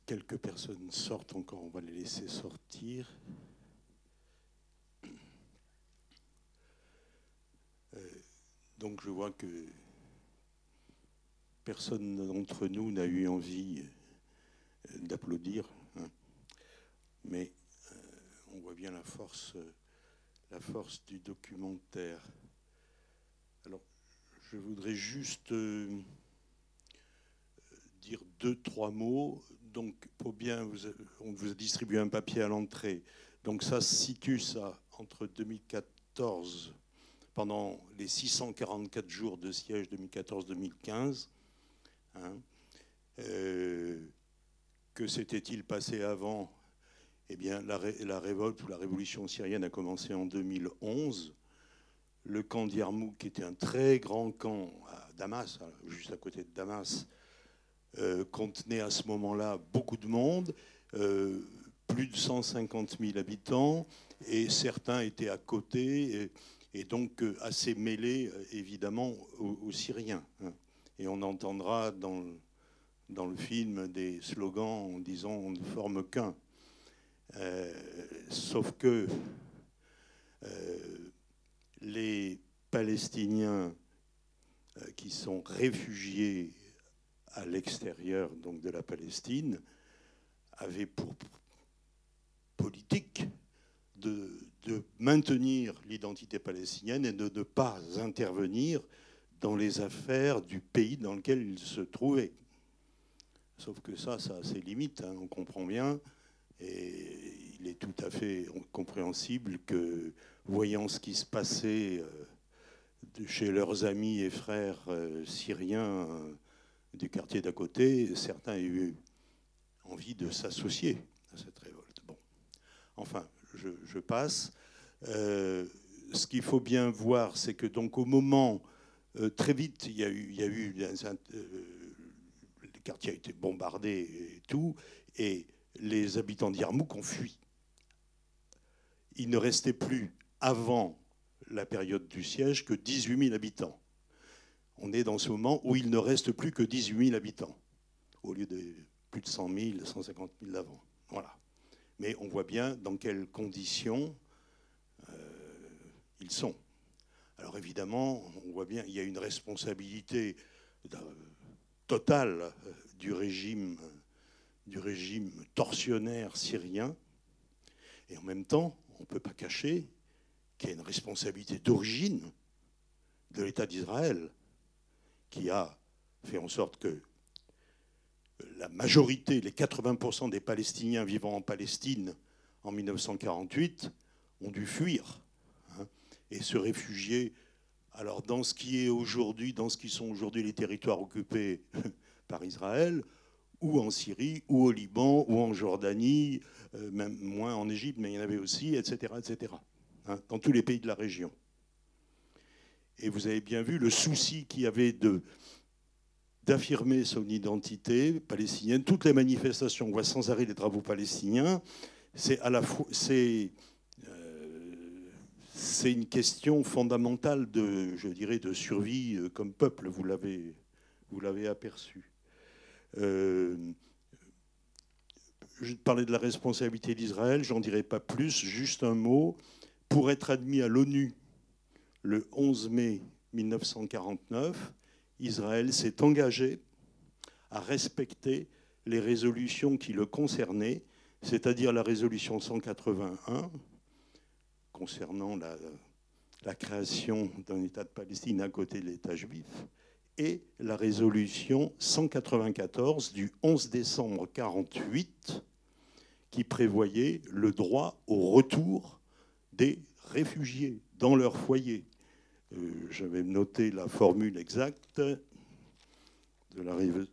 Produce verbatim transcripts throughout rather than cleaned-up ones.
quelques personnes sortent encore, on va les laisser sortir. Euh, donc je vois que personne d'entre nous n'a eu envie d'applaudir, hein. Mais euh, on voit bien la force, la force du documentaire. Alors, je voudrais juste euh, dire deux, trois mots. Donc, pour bien, vous, on vous a distribué un papier à l'entrée. Donc, ça se situe ça entre deux mille quatorze, pendant les six cent quarante-quatre jours de siège deux mille quatorze deux mille quinze. Hein. Euh, que s'était-il passé avant? Eh bien, la, ré, la révolte ou la révolution syrienne a commencé en deux mille onze. Le camp d'Yarmouk, qui était un très grand camp à Damas, juste à côté de Damas, euh, contenait à ce moment-là beaucoup de monde, euh, plus de cent cinquante mille habitants, et certains étaient à côté, et, et donc euh, assez mêlés, évidemment, aux, aux Syriens. Hein. Et on entendra dans, dans le film des slogans en disant « on ne forme qu'un ». Euh, sauf que euh, les Palestiniens euh, qui sont réfugiés à l'extérieur donc de la Palestine avaient pour politique de, de maintenir l'identité palestinienne et de ne pas intervenir dans les affaires du pays dans lequel ils se trouvaient. Sauf que ça, ça a ses limites, hein, on comprend bien. Et il est tout à fait compréhensible que, voyant ce qui se passait chez leurs amis et frères syriens du quartier d'à côté, certains aient eu envie de s'associer à cette révolte. Bon. Enfin, je, je passe. Euh, ce qu'il faut bien voir, c'est que donc au moment, euh, très vite, il y a eu, il y a eu euh, le quartier a été bombardé et tout, et les habitants d'Yarmouk ont fui. Il ne restait plus, avant la période du siège, que dix-huit mille habitants. On est dans ce moment où il ne reste plus que dix-huit mille habitants, au lieu de plus de cent mille, cent cinquante mille d'avant. Voilà. Mais on voit bien dans quelles conditions euh, ils sont. Alors évidemment, on voit bien qu'il y a une responsabilité totale du régime du régime tortionnaire syrien. Et en même temps, on ne peut pas cacher qu'il y a une responsabilité d'origine de l'État d'Israël qui a fait en sorte que la majorité, les quatre-vingts pour cent des Palestiniens vivant en Palestine en mille neuf cent quarante-huit ont dû fuir, hein, et se réfugier. Alors dans ce qui est aujourd'hui, dans ce qui sont aujourd'hui les territoires occupés par Israël, ou en Syrie, ou au Liban, ou en Jordanie, euh, même moins en Égypte, mais il y en avait aussi, et cetera, et cetera, hein, dans tous les pays de la région. Et vous avez bien vu le souci qu'il y avait de, d'affirmer son identité palestinienne. Toutes les manifestations, on voit sans arrêt les drapeaux palestiniens, c'est à la fois, c'est, euh, c'est une question fondamentale de, je dirais, de survie comme peuple. Vous l'avez, vous l'avez aperçu. Euh, je parlais de la responsabilité d'Israël, j'en dirai pas plus, juste un mot. Pour être admis à l'ONU le onze mai mille neuf cent quarante-neuf, Israël s'est engagé à respecter les résolutions qui le concernaient, c'est-à-dire la résolution cent quatre-vingt-un concernant la, la création d'un État de Palestine à côté de l'État juif, et la résolution cent quatre-vingt-quatorze du onze décembre mille neuf cent quarante-huit qui prévoyait le droit au retour des réfugiés dans leur foyer. Euh, J'avais noté la formule exacte de la résolution.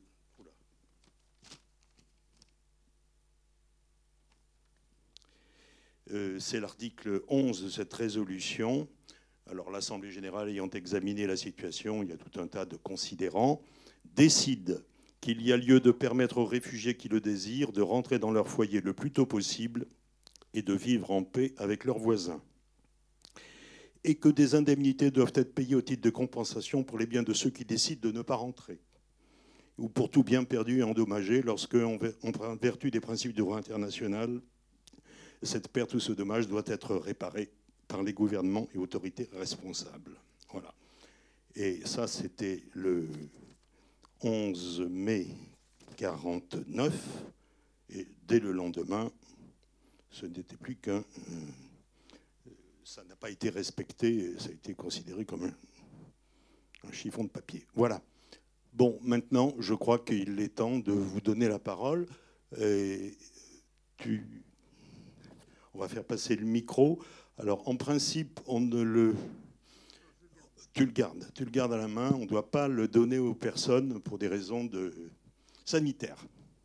Euh, C'est l'article onze de cette résolution. Alors l'Assemblée générale ayant examiné la situation, il y a tout un tas de considérants, décide qu'il y a lieu de permettre aux réfugiés qui le désirent de rentrer dans leur foyer le plus tôt possible et de vivre en paix avec leurs voisins. Et que des indemnités doivent être payées au titre de compensation pour les biens de ceux qui décident de ne pas rentrer. ou pour tout bien perdu et endommagé, lorsque, en vertu des principes du droit international, cette perte ou ce dommage doit être réparé par les gouvernements et autorités responsables. Voilà. Et ça, c'était le onze mai quarante-neuf, et dès le lendemain, ce n'était plus qu'un... Euh, ça n'a pas été respecté, ça a été considéré comme un, un chiffon de papier. Voilà. Bon, maintenant, je crois qu'il est temps de vous donner la parole. Et tu... On va faire passer le micro. Alors, en principe, on ne le... Tu le gardes. Tu le gardes à la main. On ne doit pas le donner aux personnes pour des raisons de... sanitaires.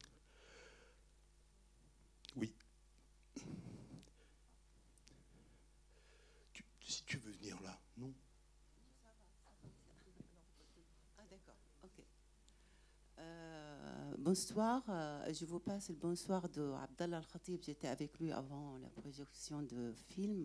Oui. Tu, si tu veux venir là, non? Ah, d'accord. Ok. Euh, bonsoir. Euh, je vous passe le bonsoir de Abdallah Al-Khatib. J'étais avec lui avant la projection de film.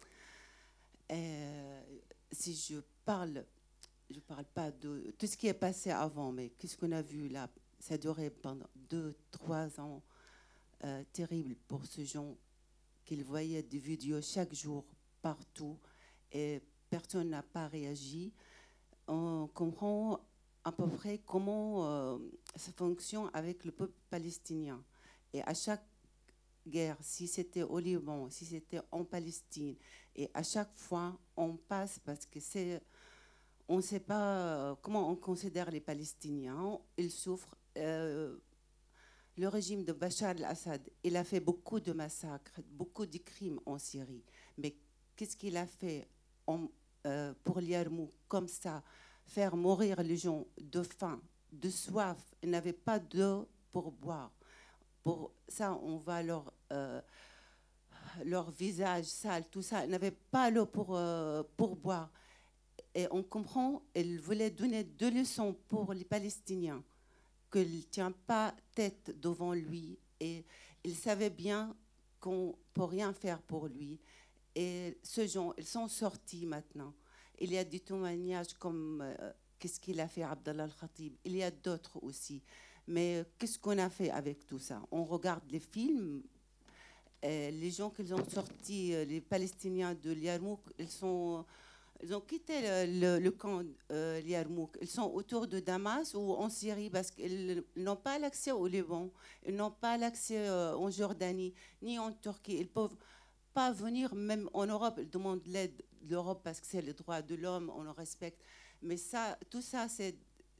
Et si je parle, je parle pas de tout ce qui est passé avant, mais qu'est-ce qu'on a vu là? Ça a duré pendant deux, trois ans euh, terribles pour ce gens qu'ils voyaient des vidéos chaque jour partout et personne n'a pas réagi. On comprend à peu près comment euh, ça fonctionne avec le peuple palestinien. Et à chaque guerre, si c'était au Liban, si c'était en Palestine, et à chaque fois, on passe parce que c'est... On ne sait pas comment on considère les Palestiniens. Ils souffrent. Euh, le régime de Bachar al-Assad, il a fait beaucoup de massacres, beaucoup de crimes en Syrie. Mais qu'est-ce qu'il a fait en, euh, pour Yarmouk, comme ça, faire mourir les gens de faim, de soif? Ils n'avaient pas d'eau pour boire. Pour ça, on va leur, euh, leur visage sale, tout ça. Ils n'avaient pas l'eau pour, euh, pour boire. Et on comprend, ils voulaient donner deux leçons pour les Palestiniens, qu'il ne tient pas tête devant lui. Et il savait bien qu'on ne peut rien faire pour lui. Et ce genre, ils sont sortis maintenant. Il y a des témoignages comme euh, qu'est-ce qu'il a fait Abdallah Al-Khatib. Il y a d'autres aussi. Mais qu'est-ce qu'on a fait avec tout ça? On regarde les films. Et les gens qu'ils ont sortis, les Palestiniens de Yarmouk, ils sont... Ils ont quitté le, le, le camp euh, Yarmouk. Ils sont autour de Damas ou en Syrie parce qu'ils n'ont pas l'accès au Liban, ils n'ont pas l'accès euh, en Jordanie, ni en Turquie. Ils ne peuvent pas venir même en Europe. Ils demandent l'aide de l'Europe parce que c'est le droit de l'homme, on le respecte. Mais ça, tout ça, c'est,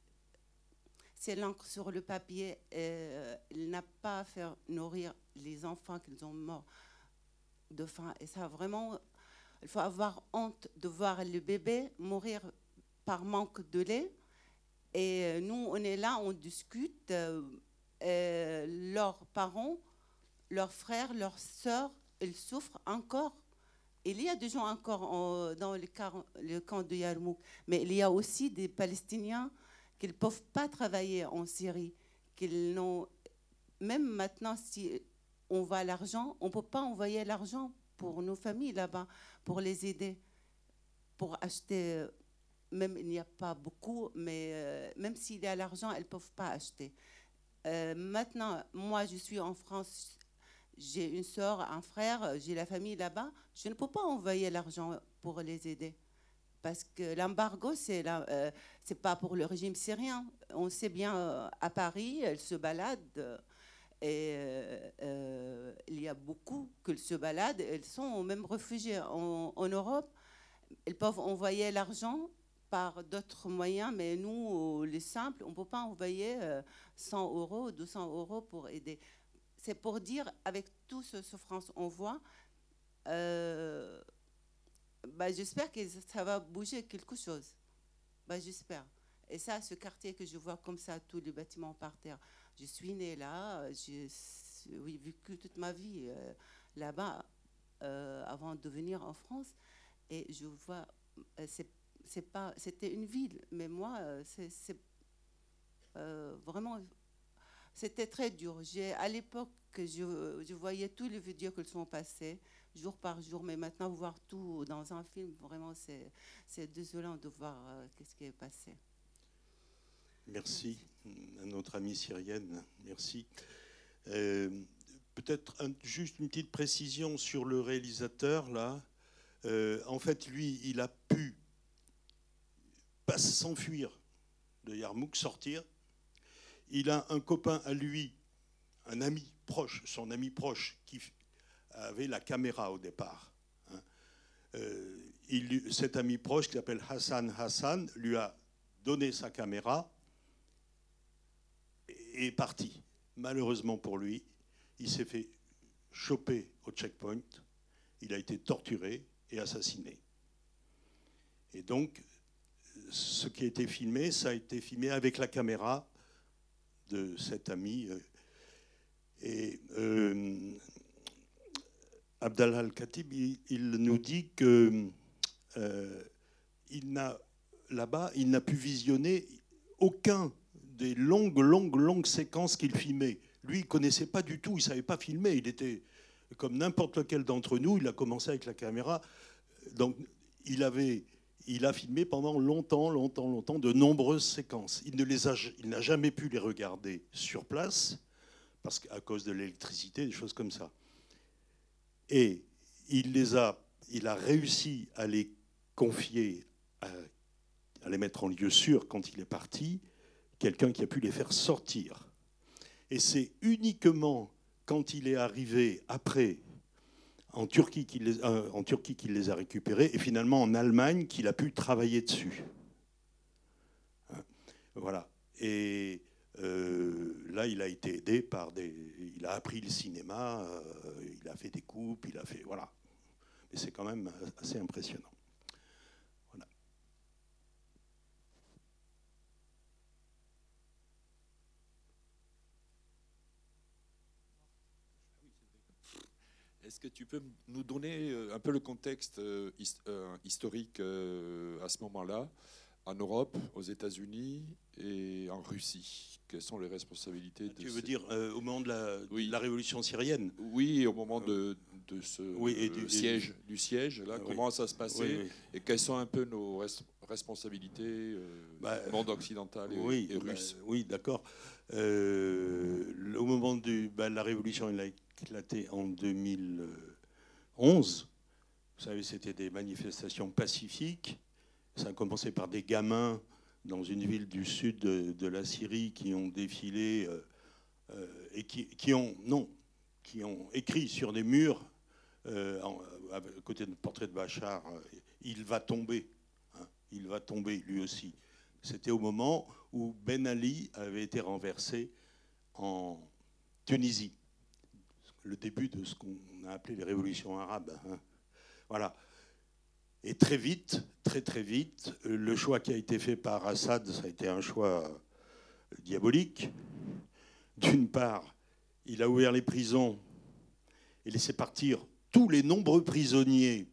c'est l'encre sur le papier. Euh, il n'a pas à faire nourrir les enfants qu'ils ont morts de faim. Et ça, vraiment... Il faut avoir honte de voir le bébé mourir par manque de lait. Et nous, on est là, on discute. Euh, euh, leurs parents, leurs frères, leurs sœurs, ils souffrent encore. Il y a des gens encore en, dans le, car, le camp de Yarmouk. Mais il y a aussi des Palestiniens qui ne peuvent pas travailler en Syrie. Qu'ils n'ont, même maintenant, si on voit l'argent, on ne peut pas envoyer l'argent pour nos familles là-bas, pour les aider, pour acheter, même il n'y a pas beaucoup, mais euh, même s'il y a l'argent, elles ne peuvent pas acheter. Euh, maintenant, moi, je suis en France, j'ai une soeur, un frère, j'ai la famille là-bas, je ne peux pas envoyer l'argent pour les aider. Parce que l'embargo, c'est là, euh, c'est pas pour le régime syrien. On sait bien, euh, à Paris, elles se baladent. Euh, Et euh, euh, il y a beaucoup qui se baladent, elles sont même réfugiées en, en Europe. Elles peuvent envoyer l'argent par d'autres moyens, mais nous, les simples, on ne peut pas envoyer cent euros, deux cents euros pour aider. C'est pour dire, avec toute cette souffrance qu'on voit, euh, bah, j'espère que ça va bouger quelque chose. Bah, j'espère. Et ça, ce quartier que je vois comme ça, tous les bâtiments par terre, je suis née là, j'ai oui, vécu toute ma vie euh, là-bas euh, avant de venir en France. Et je vois, euh, c'est, c'est pas, c'était une ville, mais moi, euh, c'est, c'est euh, vraiment, c'était très dur. J'ai, à l'époque, je, je voyais tous les vidéos qu'ils sont passées, jour par jour, mais maintenant, voir tout dans un film, vraiment, c'est, c'est désolant de voir euh, qu'est-ce qui est passé. Merci. Un notre amie syrienne. Merci. Euh, peut-être un, juste une petite précision sur le réalisateur, là. Euh, en fait, lui, il a pu pas s'enfuir de Yarmouk, sortir. Il a un copain à lui, un ami proche, son ami proche, qui avait la caméra au départ. Hein. Euh, il, cet ami proche, qui s'appelle Hassan Hassan, lui a donné sa caméra et est parti. Malheureusement pour lui, il s'est fait choper au checkpoint, il a été torturé et assassiné. Et donc, ce qui a été filmé, ça a été filmé avec la caméra de cet ami. Et euh, Abdallah Al-Khatib, il, il nous dit que euh, il n'a, là-bas, il n'a pu visionner aucun des longues, longues, longues séquences qu'il filmait. Lui, il ne connaissait pas du tout, il ne savait pas filmer. Il était comme n'importe lequel d'entre nous, il a commencé avec la caméra. Donc, il avait... Il a filmé pendant longtemps, longtemps, longtemps de nombreuses séquences. Il ne les a, il n'a jamais pu les regarder sur place, parce qu'à cause de l'électricité, des choses comme ça. Et il, les a, il a réussi à les confier, à, à les mettre en lieu sûr quand il est parti, quelqu'un qui a pu les faire sortir. Et c'est uniquement quand il est arrivé après, en Turquie, qu'il les, euh, en Turquie qu'il les a récupérés, et finalement en Allemagne qu'il a pu travailler dessus. Hein, voilà. Et euh, là, il a été aidé par des... Il a appris le cinéma, euh, il a fait des coupes, il a fait... Voilà. Mais c'est quand même assez impressionnant. Voilà. Est-ce que tu peux nous donner un peu le contexte historique à ce moment-là, en Europe, aux États-Unis et en Russie? Quelles sont les responsabilités de Tu veux ces... dire euh, au moment de la, oui. de la révolution syrienne? Oui, au moment de, de ce oui, et du, siège, et... du siège, là, oui. comment ça se passait, oui, oui. et quelles sont un peu nos res responsabilités euh, bah, monde occidental et, oui, et russe? Bah, oui, d'accord. Euh, au moment de bah, la révolution, elle a éclaté en deux mille onze. Vous savez, c'était des manifestations pacifiques. Ça a commencé par des gamins dans une ville du sud de, de la Syrie qui ont défilé euh, euh, et qui, qui ont non, qui ont écrit sur des murs euh, en, à côté du portrait de Bachar, euh, il va tomber, hein, il va tomber lui aussi. C'était au moment où Ben Ali avait été renversé en Tunisie, le début de ce qu'on a appelé les révolutions arabes. Hein. Voilà. Et très vite, très très vite, le choix qui a été fait par Assad, ça a été un choix diabolique. D'une part, il a ouvert les prisons et laissé partir tous les nombreux prisonniers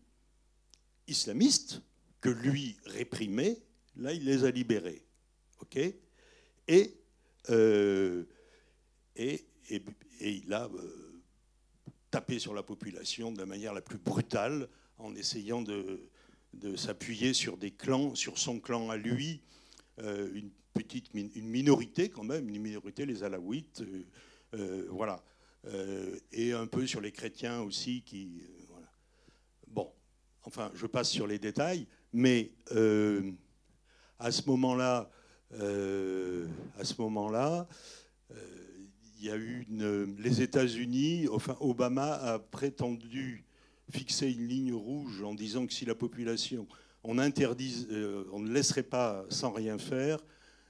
islamistes que lui réprimait. Là, il les a libérés. Okay, et, euh, et, et, et il a euh, tapé sur la population de la manière la plus brutale en essayant de, de s'appuyer sur des clans, sur son clan à lui, euh, une petite une minorité quand même, une minorité, les Alaouites, euh, euh, voilà, euh, et un peu sur les chrétiens aussi qui, euh, voilà. Bon, enfin, je passe sur les détails, mais euh, à ce moment-là, euh, à ce moment-là, euh, il y a eu une, les États-Unis, enfin, Obama a prétendu fixer une ligne rouge en disant que si la population, on interdise, euh, on ne laisserait pas sans rien faire,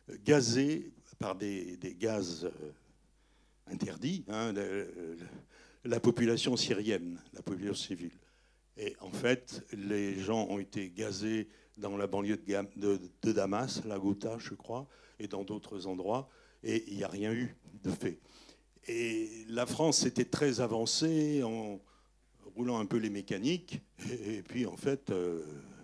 gazer par des, des gaz euh, interdits, hein, la, la population syrienne, la population civile. Et en fait, les gens ont été gazés dans la banlieue de, de, de Damas, la Ghouta, je crois, et dans d'autres endroits, et il n'y a rien eu de fait. Et la France était très avancée en roulant un peu les mécaniques, et, et puis en fait, euh,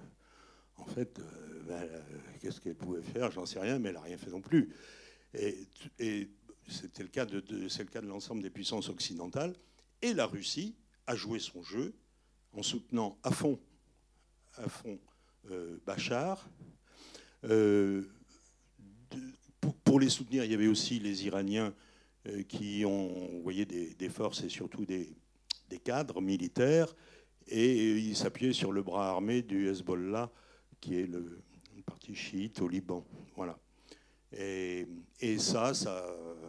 en fait, euh, ben, qu'est-ce qu'elle pouvait faire? J'en sais rien, mais elle n'a rien fait non plus. Et, et c'était le cas de, de, c'est le cas de l'ensemble des puissances occidentales. Et la Russie a joué son jeu en soutenant à fond, à fond euh, Bachar, euh, de, pour, pour les soutenir, il y avait aussi les Iraniens euh, qui ont envoyé des, des forces et surtout des, des cadres militaires, et ils s'appuyaient sur le bras armé du Hezbollah, qui est le, une partie chiite au Liban. Voilà. Et, et ça, ça,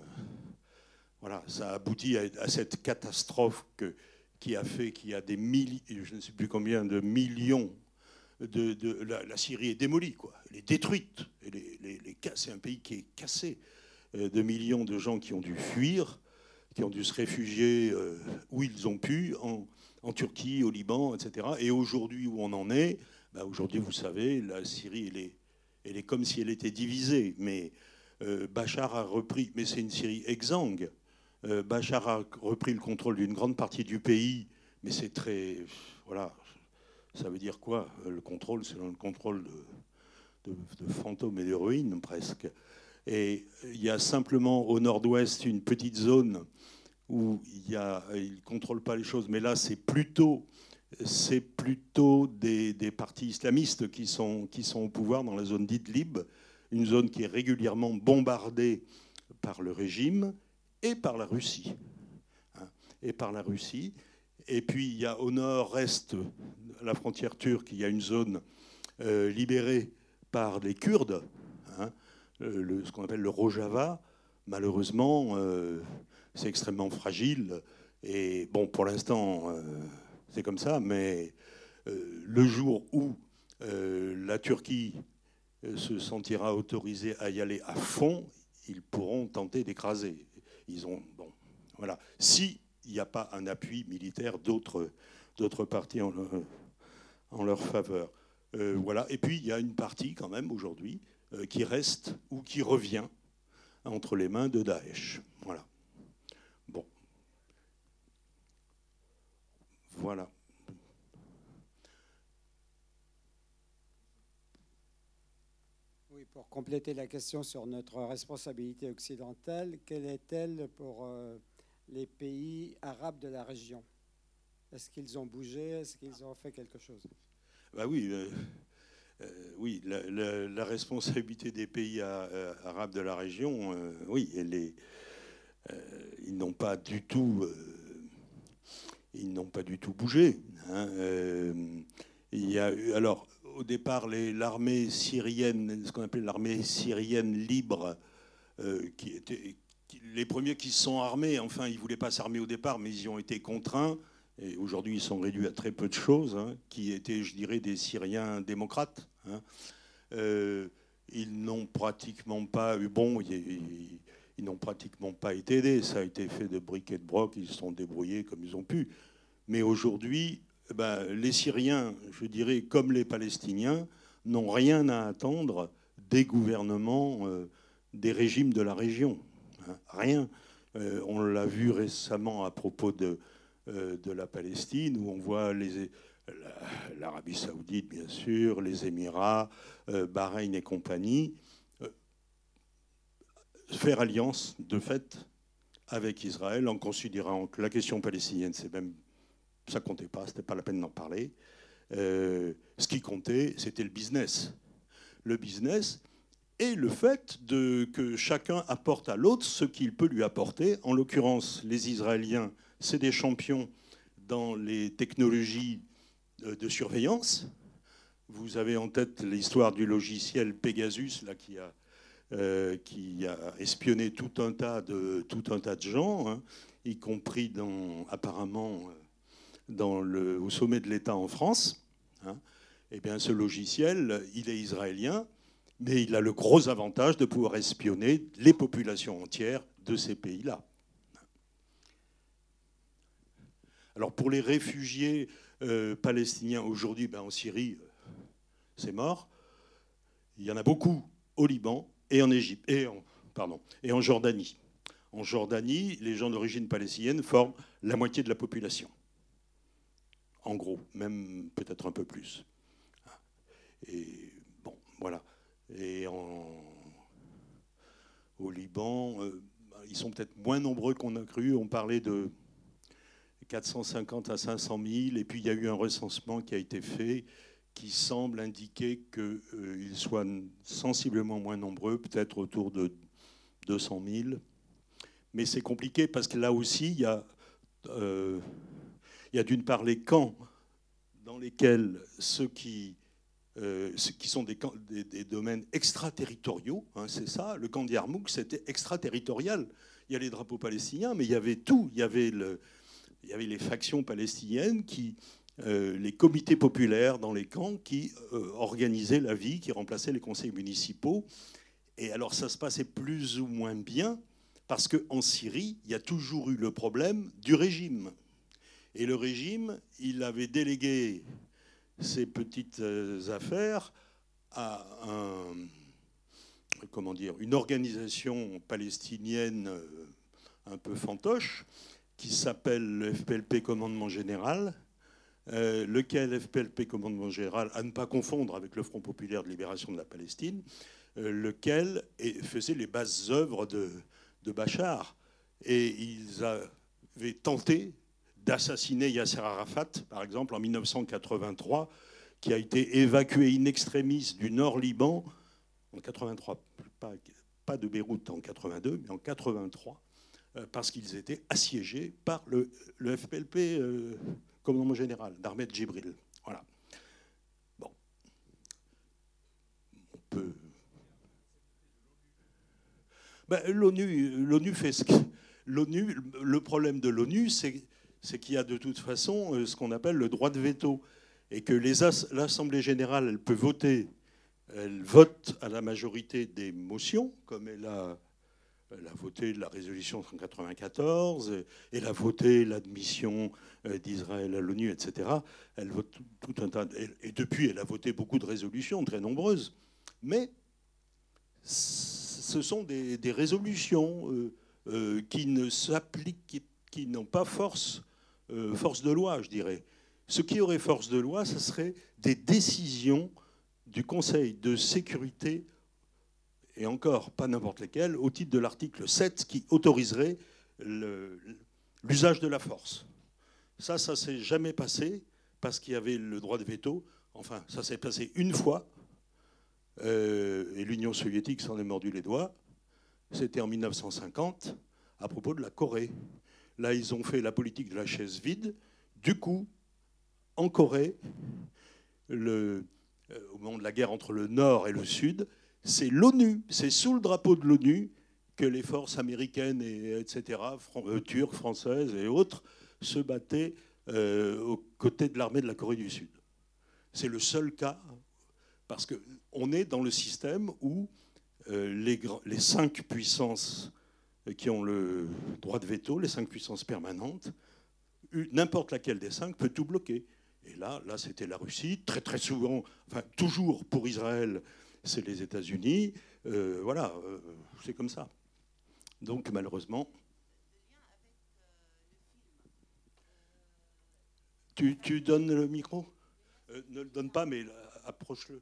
voilà, ça aboutit à, à cette catastrophe que, qui a fait qu'il y a des milliers, je ne sais plus combien de millions de, de la, la Syrie est démolie, quoi. Elle est détruite. Elle est, les, les, c'est un pays qui est cassé. De millions de gens qui ont dû fuir, qui ont dû se réfugier euh, où ils ont pu, en, en Turquie, au Liban, et cetera. Et aujourd'hui, où on en est, bah aujourd'hui, vous savez, la Syrie, elle est, elle est comme si elle était divisée. Mais euh, Bachar a repris, mais c'est une Syrie exsangue. Euh, Bachar a repris le contrôle d'une grande partie du pays, mais c'est très, voilà, ça veut dire quoi? Le contrôle, c'est le contrôle de, de, de fantômes et d'héroïnes, presque. Et il y a simplement au nord-ouest une petite zone où il ne contrôle pas les choses. Mais là, c'est plutôt, c'est plutôt des, des partis islamistes qui sont, qui sont au pouvoir dans la zone d'Idlib, une zone qui est régulièrement bombardée par le régime et par la Russie. Hein, et par la Russie. Et puis, il y a au nord-est, à la frontière turque, il y a une zone euh, libérée par les Kurdes, hein, Le, ce qu'on appelle le Rojava. Malheureusement, euh, c'est extrêmement fragile. Et bon, pour l'instant, euh, c'est comme ça. Mais euh, le jour où euh, la Turquie se sentira autorisée à y aller à fond, ils pourront tenter d'écraser. Ils ont, bon, voilà. S'il n'y a pas un appui militaire d'autres, d'autres parties en, en leur faveur. Euh, voilà. Et puis, il y a une partie, quand même, aujourd'hui, qui reste ou qui revient entre les mains de Daesh. Voilà. Bon. Voilà. Oui, pour compléter la question sur notre responsabilité occidentale, quelle est-elle pour euh, les pays arabes de la région? Est-ce qu'ils ont bougé? Est-ce qu'ils ont fait quelque chose? Bah oui. Euh... Euh, oui, la, la, la responsabilité des pays à, euh, arabes de la région, euh, oui, elle est, euh, ils n'ont pas du tout, euh, ils n'ont pas du tout bougé. Hein. Euh, il y a eu, alors, au départ, les, l'armée syrienne, ce qu'on appelle l'armée syrienne libre, euh, qui était qui, les premiers qui se sont armés. Enfin, ils voulaient pas s'armer au départ, mais ils y ont été contraints. Et aujourd'hui, ils sont réduits à très peu de choses, hein, qui étaient, je dirais, des Syriens démocrates. Hein. Euh, ils n'ont pratiquement pas eu... Bon, ils, ils n'ont pratiquement pas été aidés. Ça a été fait de briques et de broc. Ils se sont débrouillés comme ils ont pu. Mais aujourd'hui, ben, les Syriens, je dirais, comme les Palestiniens, n'ont rien à attendre des gouvernements, euh, des régimes de la région. Hein. Rien. Euh, on l'a vu récemment à propos de... de la Palestine, où on voit les, l'Arabie saoudite, bien sûr, les Émirats, euh, Bahreïn et compagnie, euh, faire alliance, de fait, avec Israël, en considérant que la question palestinienne, c'est même, ça comptait pas, c'était pas la peine d'en parler. Euh, ce qui comptait, c'était le business. Le business et le fait de, que chacun apporte à l'autre ce qu'il peut lui apporter. En l'occurrence, les Israéliens, c'est des champions dans les technologies de surveillance. Vous avez en tête l'histoire du logiciel Pegasus, là, qui, a, euh, qui a espionné tout un tas de, tout un tas de gens, hein, y compris dans, apparemment dans le, au sommet de l'État en France. Hein. Eh bien, ce logiciel, il est israélien, mais il a le gros avantage de pouvoir espionner les populations entières de ces pays-là. Alors pour les réfugiés euh, palestiniens aujourd'hui, ben en Syrie, euh, c'est mort. Il y en a beaucoup au Liban et en Égypte et en, pardon, et en Jordanie. En Jordanie, les gens d'origine palestinienne forment la moitié de la population. En gros, même peut-être un peu plus. Et bon, voilà. Et en, au Liban, euh, ils sont peut-être moins nombreux qu'on a cru. On parlait de quatre cent cinquante à cinq cent mille, et puis il y a eu un recensement qui a été fait qui semble indiquer qu'ils euh, soient sensiblement moins nombreux, peut-être autour de deux cent mille. Mais c'est compliqué parce que là aussi, il y a, euh, il y a d'une part les camps dans lesquels ceux qui, euh, ceux qui sont des, camps, des, des domaines extraterritoriaux, hein, c'est ça, le camp de Yarmouk, c'était extraterritorial. Il y a les drapeaux palestiniens, mais il y avait tout. Il y avait, le, il y avait les factions palestiniennes, qui, euh, les comités populaires dans les camps qui euh, organisaient la vie, qui remplaçaient les conseils municipaux. Et alors ça se passait plus ou moins bien, parce qu'en Syrie, il y a toujours eu le problème du régime. Et le régime, il avait délégué ses petites affaires à un, comment dire, une organisation palestinienne un peu fantoche qui s'appelle le F P L P Commandement Général, euh, lequel F P L P Commandement Général, à ne pas confondre avec le Front Populaire de Libération de la Palestine, euh, lequel faisait les bases œuvres de de Bachar, et ils avaient tenté d'assassiner Yasser Arafat, par exemple, en mille neuf cent quatre-vingt-trois, qui a été évacué in extremis du Nord Liban, en quatre-vingt-trois, pas, pas de Beyrouth en quatre-vingt-deux, mais en quatre-vingt-trois, parce qu'ils étaient assiégés par le, le F P L P, euh, commandement général, d'Ahmed Djibril. Voilà. Bon. On peut... Ben, l'ONU, l'ONU fait ce que... L'ONU, le problème de l'ONU, c'est, c'est qu'il y a de toute façon ce qu'on appelle le droit de veto. Et que les as, l'Assemblée générale, elle peut voter, elle vote à la majorité des motions, comme elle a, elle a voté la résolution cent quatre-vingt-quatorze, elle a voté l'admission d'Israël à l'ONU, et cetera. Elle vote tout, tout un tas... Et depuis, elle a voté beaucoup de résolutions, très nombreuses. Mais... ce sont des, des résolutions euh, euh, qui ne s'appliquent, qui, qui n'ont pas force, euh, force de loi, je dirais. Ce qui aurait force de loi, ce serait des décisions du Conseil de sécurité, et encore pas n'importe lesquelles, au titre de l'article sept, qui autoriserait le, l'usage de la force. Ça, ça ne s'est jamais passé, parce qu'il y avait le droit de veto. Enfin, ça s'est passé une fois. Euh, et l'Union soviétique s'en est mordu les doigts. C'était en mille neuf cent cinquante, à propos de la Corée. Là, ils ont fait la politique de la chaise vide. Du coup, en Corée, le, euh, au moment de la guerre entre le Nord et le Sud, c'est l'ONU, c'est sous le drapeau de l'ONU que les forces américaines, et, etc., fran- euh, turques, françaises et autres, se battaient euh, aux côtés de l'armée de la Corée du Sud. C'est le seul cas. Parce qu'on est dans le système où euh, les, les cinq puissances qui ont le droit de veto, les cinq puissances permanentes, n'importe laquelle des cinq peut tout bloquer. Et là, là c'était la Russie, très très souvent, enfin toujours pour Israël, c'est les États-Unis. Euh, voilà, euh, c'est comme ça. Donc malheureusement... Tu, tu donnes le micro ? euh, Ne le donne pas, mais approche-le.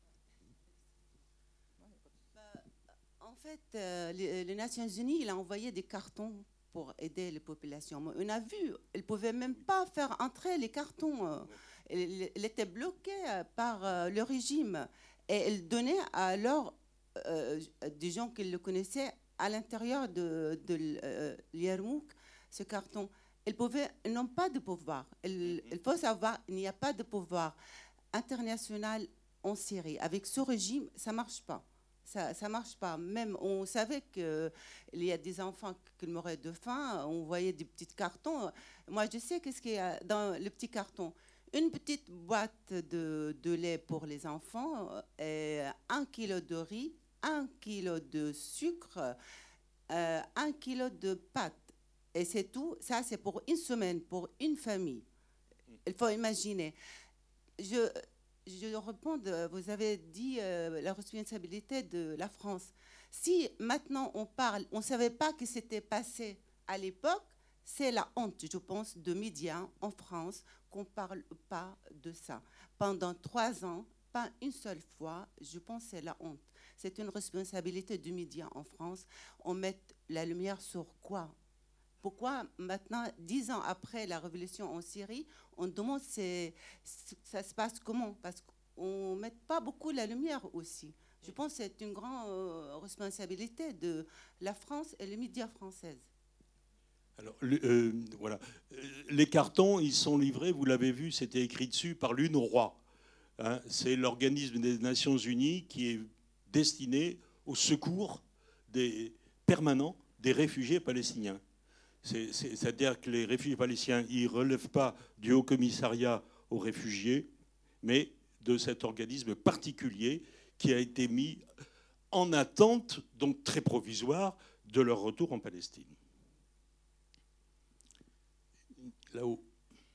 En fait, euh, les, les Nations Unies, il a envoyé des cartons pour aider les populations. On a vu, ils ne pouvaient même pas faire entrer les cartons. Ils, ils étaient bloqués par euh, le régime. Et ils donnaient alors euh, des gens qui le connaissaient à l'intérieur de, de euh, Yarmouk ce carton. Ils, pouvaient, ils n'ont pas de pouvoir. Il, il faut savoir, il n'y a pas de pouvoir international en Syrie. Avec ce régime, ça ne marche pas. Ça ne marche pas. Même on savait qu'il y a des enfants qui mouraient de faim. On voyait des petits cartons. Moi, je sais qu'est-ce qu'il y a dans le petit carton. Une petite boîte de, de lait pour les enfants, et un kilo de riz, un kilo de sucre, euh, un kilo de pâtes. Et c'est tout. Ça, c'est pour une semaine, pour une famille. Il faut imaginer. Je... Je réponds, vous avez dit euh, la responsabilité de la France. Si maintenant on parle, on ne savait pas ce qui s'était passé à l'époque, c'est la honte, je pense, de médias en France qu'on ne parle pas de ça. Pendant trois ans, pas une seule fois, je pense que c'est la honte. C'est une responsabilité du média en France. On met la lumière sur quoi ? Pourquoi maintenant, dix ans après la révolution en Syrie, on demande c'est, ça se passe comment ? Parce qu'on ne met pas beaucoup la lumière aussi. Je pense que c'est une grande euh, responsabilité de la France et les médias français. Alors, le, euh, voilà. Les cartons, ils sont livrés, vous l'avez vu, c'était écrit dessus par l'UNRWA. Hein, c'est l'organisme des Nations Unies qui est destiné au secours des permanents des réfugiés palestiniens. C'est, c'est, c'est-à-dire que les réfugiés palestiniens, ils ne relèvent pas du Haut Commissariat aux réfugiés, mais de cet organisme particulier qui a été mis en attente, donc très provisoire, de leur retour en Palestine. Là-haut.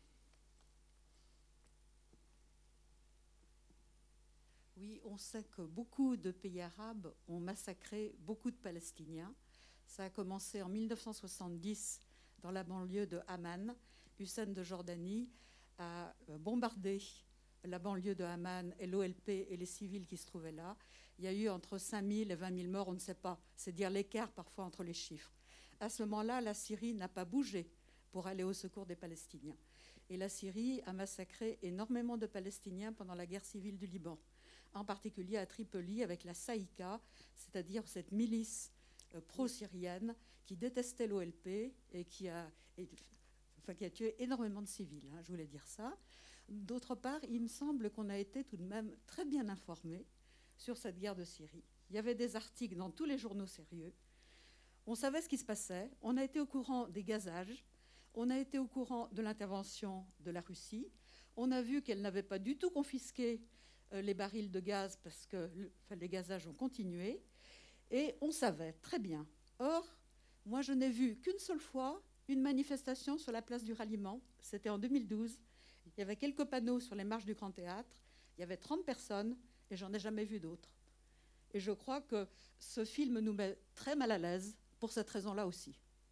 Oui, on sait que beaucoup de pays arabes ont massacré beaucoup de Palestiniens. Ça a commencé en mille neuf cent soixante-dix dans la banlieue de Amman. Hussein de Jordanie a bombardé la banlieue de Amman et l'O L P et les civils qui se trouvaient là. Il y a eu entre cinq mille et vingt mille morts, on ne sait pas. C'est dire l'écart parfois entre les chiffres. À ce moment-là, la Syrie n'a pas bougé pour aller au secours des Palestiniens. Et la Syrie a massacré énormément de Palestiniens pendant la guerre civile du Liban, en particulier à Tripoli avec la Saïka, c'est-à-dire cette milice euh, pro-syrienne qui détestait l'O L P et qui a, et, enfin, qui a tué énormément de civils, hein, je voulais dire ça. D'autre part, il me semble qu'on a été tout de même très bien informés sur cette guerre de Syrie. Il y avait des articles dans tous les journaux sérieux. On savait ce qui se passait. On a été au courant des gazages. On a été au courant de l'intervention de la Russie. On a vu qu'elle n'avait pas du tout confisqué euh, les barils de gaz parce que le, enfin, les gazages ont continué. Et on savait très bien. Or, moi, je n'ai vu qu'une seule fois une manifestation sur la place du Ralliement. C'était en deux mille douze. Il y avait quelques panneaux sur les marches du Grand Théâtre. Il y avait trente personnes et j'en ai jamais vu d'autres. Et je crois que ce film nous met très mal à l'aise pour cette raison-là aussi.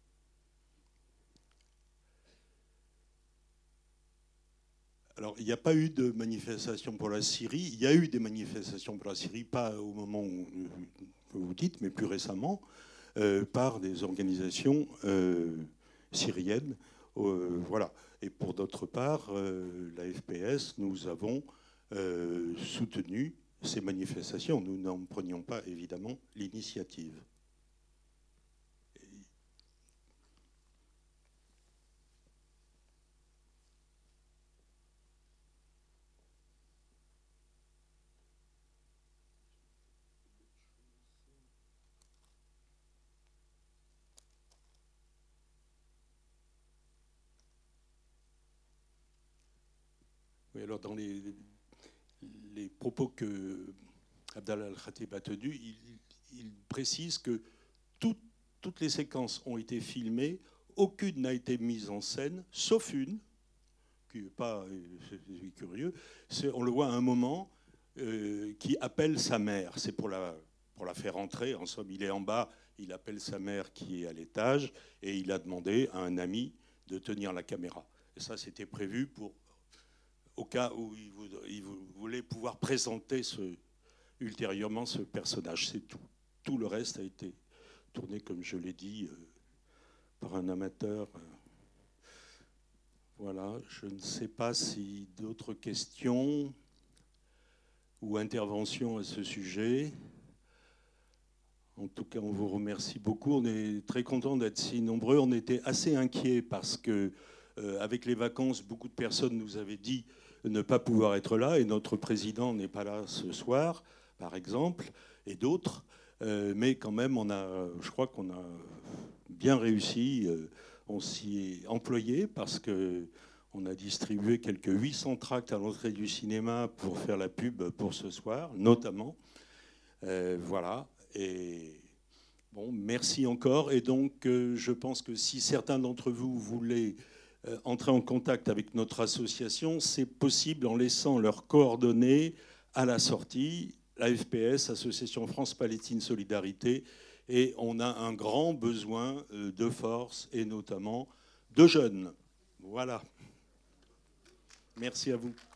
Alors, il n'y a pas eu de manifestation pour la Syrie. Il y a eu des manifestations pour la Syrie, pas au moment où vous dites, mais plus récemment, euh, par des organisations euh, syriennes. Euh, voilà. Et pour d'autre part, euh, la F P S, nous avons euh, soutenu ces manifestations. Nous n'en prenions pas, évidemment, l'initiative. Oui, alors dans les, les propos que Abdallah Al-Khatib a tenus, il, il précise que tout, toutes les séquences ont été filmées, aucune n'a été mise en scène, sauf une, qui n'est pas c'est curieux, c'est, on le voit à un moment, euh, qui appelle sa mère. C'est pour la, pour la faire entrer. En somme, il est en bas, il appelle sa mère qui est à l'étage, et il a demandé à un ami de tenir la caméra. Et ça, c'était prévu pour... au cas où il voulait pouvoir présenter ce, ultérieurement ce personnage. C'est tout. Tout le reste a été tourné, comme je l'ai dit, euh, par un amateur. Voilà, je ne sais pas si d'autres questions ou interventions à ce sujet. En tout cas, on vous remercie beaucoup. On est très content d'être si nombreux. On était assez inquiets parce que, euh, avec les vacances, beaucoup de personnes nous avaient dit ne pas pouvoir être là, et notre président n'est pas là ce soir, par exemple, et d'autres. Euh, mais quand même, on a, je crois qu'on a bien réussi. Euh, on s'y est employé parce qu'on a distribué quelques huit cents tracts à l'entrée du cinéma pour faire la pub pour ce soir, notamment. Euh, voilà. Et bon, merci encore. Et donc, euh, je pense que si certains d'entre vous voulaient entrer en contact avec notre association, c'est possible en laissant leurs coordonnées à la sortie, la F P S, Association France-Palestine Solidarité, et on a un grand besoin de force et notamment de jeunes. Voilà. Merci à vous.